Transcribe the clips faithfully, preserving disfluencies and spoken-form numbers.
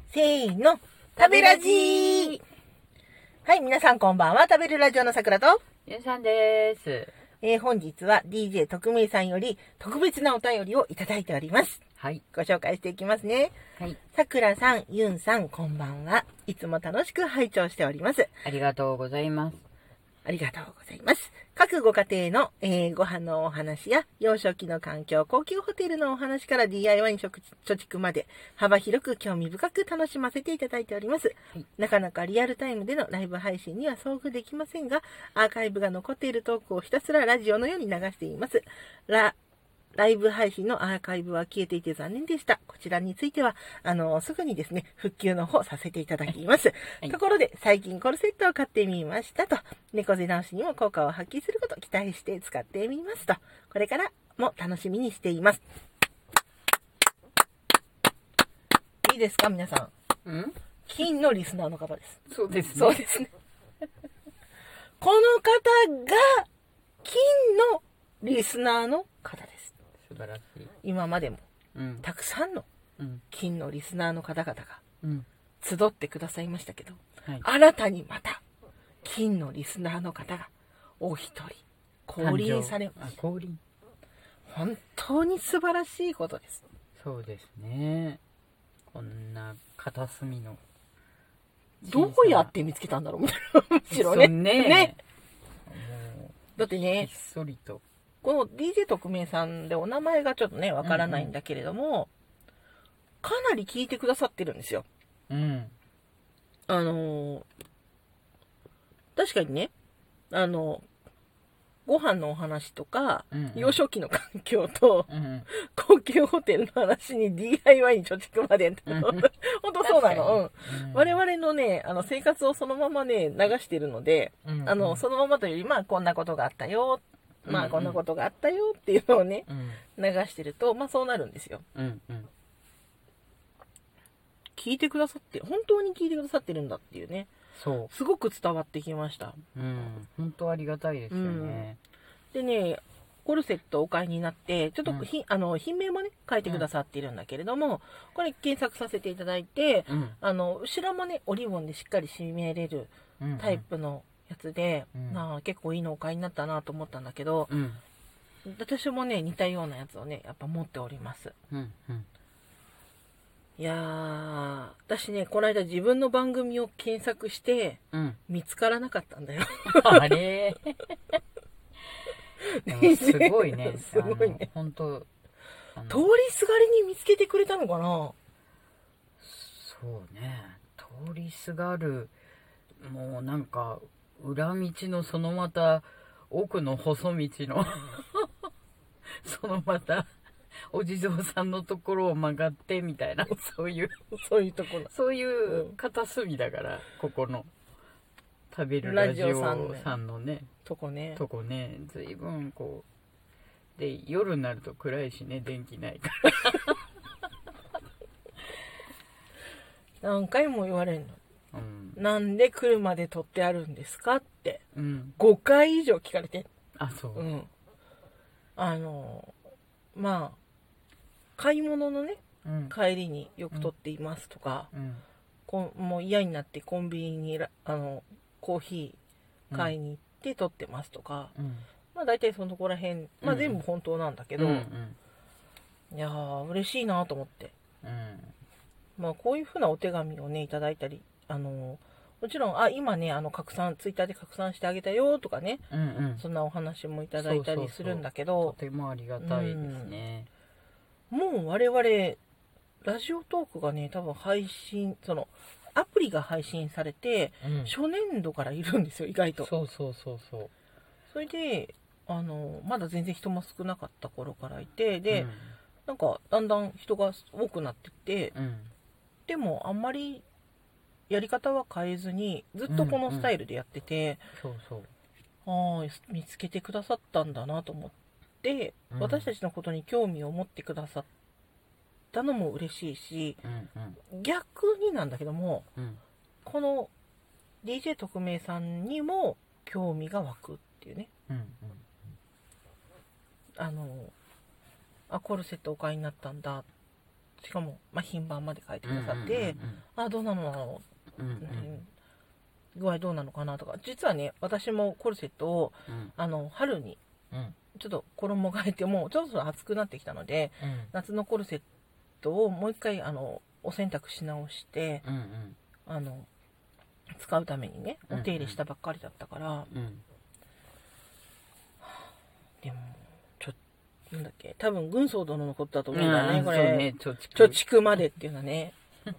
せーの、食べラジー。はい、皆さんこんばんは。食べるラジオのさくらとゆうさんです。 えー、本日は ディージェー 特命さんより特別なお便りをいただいております。 はい。 ご紹介していきますね。 はい。 さくらさん、ゆんさん、こんばんは。いつも楽しく拝聴しております。 ありがとうございます。 ありがとうございます。各ご家庭の、えー、ご飯のお話や幼少期の環境、高級ホテルのお話から ディーアイワイ 貯蓄まで幅広く興味深く楽しませていただいております。はい、なかなかリアルタイムでのライブ配信には遭遇できませんが、アーカイブが残っているトークをひたすらラジオのように流しています。ラライブ配信のアーカイブは消えていて残念でした。こちらについては、あの、すぐにですね、復旧の方させていただきます。はい、ところで、最近コルセットを買ってみましたと。猫背直しにも効果を発揮することを期待して使ってみますと。これからも楽しみにしています。いいですか皆さん。ん金のリスナーの方です。 そうですね。 そうですね。この方が、金のリスナーの方です。 素晴らしい。 今までも、 うん、 たくさんの金のリスナーの方々が集ってくださいましたけど、うんはい、新たにまた金のリスナーの方がお一人降臨されます。 降臨。 本当に素晴らしいことです。 そうですね。こんな片隅のどうやって見つけたんだろうみたいなむしろね。 ね。 ねだってね。 ひっそりと。 この ディージェー 特命さんでお名前がちょっとね、わからないんだけれども、うんうん、かなり聞いてくださってるんですよ。 うん。 あのー、確かにね、あの、ご飯のお話とか、うんうん、幼少期の環境と、うんうん、高級ホテルの話に ディーアイワイ に貯蓄まで、うん、本当そうなの。うん、我々のね、あの生活をそのままね、流してるので、うんうん、あの、そのままというより、まあ、こんなことがあったよ、まあこんなことがあったよっていうのをね、うん、流してるとまあそうなるんですよ、うんうん、聞いてくださって本当に聞いてくださってるんだっていうね、そうすごく伝わってきました。 うん本当ありがたいですよね、 うん、でねコルセットお買いになってちょっと、うん、あの品名もね書いてくださっているんだけれども、うん、これ検索させていただいて、うん、あの後ろもねおリボンでしっかり締めれるタイプの、うんうんやつで、うん、まあ結構いいのお買いになったなと思ったんだけど、うん、私もね似たようなやつをねやっぱ持っております、うんうん、いやー私ねこの間自分の番組を検索して、うん、見つからなかったんだよあれすごいねすごいね本当通りすがりに見つけてくれたのかな。 そうね通りすがるもうなんか裏道のそのまた奥の細道のそのまたお地蔵さんのところを曲がってみたいなそういうそういうところそういう片隅だから、うん、ここの食べるラジオさんのねとこねとこね随分こうで夜になると暗いしね電気ないから何回も言われるのうん、なんで車で撮ってあるんですかって、うん、ごかい以上聞かれて。 あ、そう。うん。 あの、まあ、買い物のね、うん、帰りによく撮っていますとか、うん、こもう嫌になってコンビニにあのコーヒー買いに行って撮ってますとか、うん、まあ大体そのとこら辺、まあ全部本当なんだけど、うんうん、いやー嬉しいなと思って。うんまあ、こういうふうなお手紙をねいただいたりあのもちろんあ今ねあの拡散ツイッターで拡散してあげたよとかね、うんうん、そんなお話もいただいたりするんだけどそうそうそうとてもありがたいですね、 うん、もう我々ラジオトークがね多分配信そのアプリが配信されて、うん、初年度からいるんですよ意外と。 そうそうそうそうそれであのまだ全然人も少なかった頃からいてで、うん、なんかだんだん人が多くなってって、うんでもあんまりやり方は変えずにずっとこのスタイルでやってて、 うんうん、そうそうあ見つけてくださったんだなと思って、うん、私たちのことに興味を持ってくださったのも嬉しいし、うんうん、逆になんだけども、うん、この ディージェー 特命さんにも興味が湧くっていうね、うんうん、あのあコルセットお買いになったんだしかも、まあ、品番まで書いてくださって、 うんうんうんうん、 あどうなの、 うんうんうん具合どうなのかなとか、実はね私もコルセットを、 うん、 あの春にうんちょっと衣替えてもうちょっと暑くなってきたので、 うん夏のコルセットをもう一回あのお洗濯し直して、 うんうんあの使うためにねお手入れしたばっかりだったから、 うん、 でもちょなんだっけ多分軍曹殿のことだと思うんだよね、 うん、 これそうね、貯蓄貯蓄までっていうのはね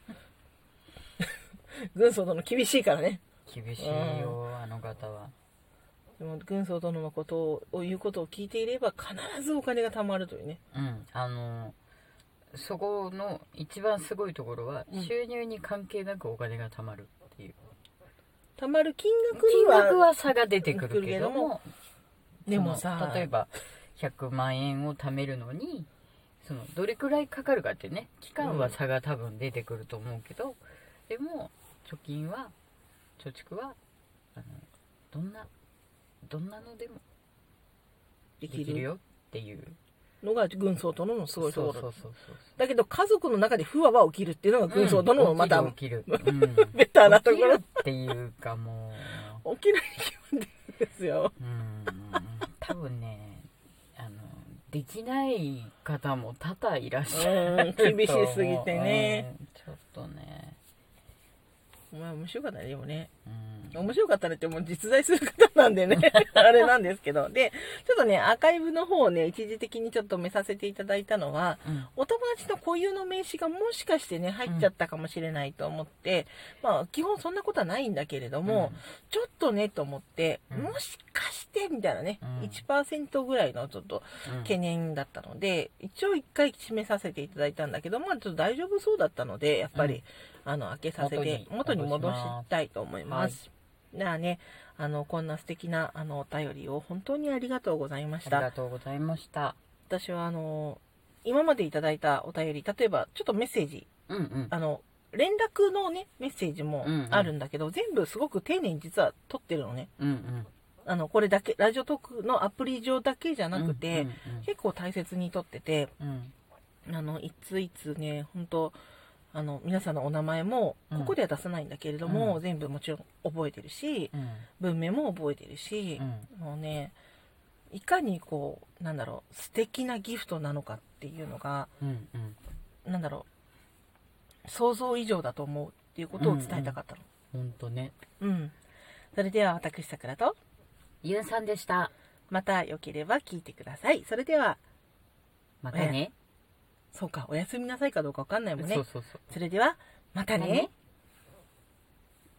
軍曹殿厳しいからね。 厳しいよ、あの方は。 でも軍曹殿のことをを言うことを聞いていれば必ずお金が貯まるというね。 うんあのそこの一番すごいところは、 うん収入に関係なくお金が貯まるっていう。 貯まる金額金には額は差が出てくるけども、 でもさその例えばひゃくまんえんを貯めるのにそのどれくらいかかるかってね、期間は差が多分出てくると思うけど、うん、でも貯金は貯蓄はあのどんなどんなのでもできるよっていうのが軍曹殿のすごいところ。 そうそうそうそうだけど家族の中で不和は起きるっていうのが軍曹殿のまた、 うん、起きる起きる、うん、 ベターなところっていうかもう起きない気分ですよ。 うん多分ねあのできない方も多々いらっしゃると厳しすぎてね、 うん、ちょっとねお前面白かったねでもね、 うん、 面白かったねってもう実在する方なんでねあれなんですけど、でちょっとねアーカイブの方をね一時的にちょっと見させていただいたのは、うん、お友達の固有の名詞がもしかしてね入っちゃったかもしれないと思って、うん、まあ基本そんなことはないんだけれども、うん、ちょっとねと思って、うん、もしかしてみたいなね、うん、いちパーセント ぐらいのちょっと懸念だったので、一応一回締めさせていただいたんだけど、まあちょっと大丈夫そうだったのでやっぱり、あの開けさせて元に戻したいと思います。ではね、あのこんな素敵なあのお便りを本当にありがとうございました。 ありがとうございました。 私はあの今までいただいたお便り、例えばちょっとメッセージ、 うんうん、 あの連絡のねメッセージもあるんだけど、うんうん、全部すごく丁寧に実は取ってるのね。 うんうん、 あのこれだけラジオトークのアプリ上だけじゃなくて、 うんうんうん、 結構大切に取ってて、 うん、 あのいついつね本当あの皆さんのお名前もここでは出さないんだけれども、うん、全部もちろん覚えてるし、うん、文明も覚えてるし、うん、もうねいかにこうなんだろう素敵なギフトなのかっていうのが、うんうん、なんだろう想像以上だと思うっていうことを伝えたかったの。 うんうん、ほんとね。 うん。それでは私さくらとゆうさんでした。 またよければ聞いてください。それではまたね。 そうか、おやすみなさいかどうかわかんないもんね。 そうそうそう。 それでは、またね。またね。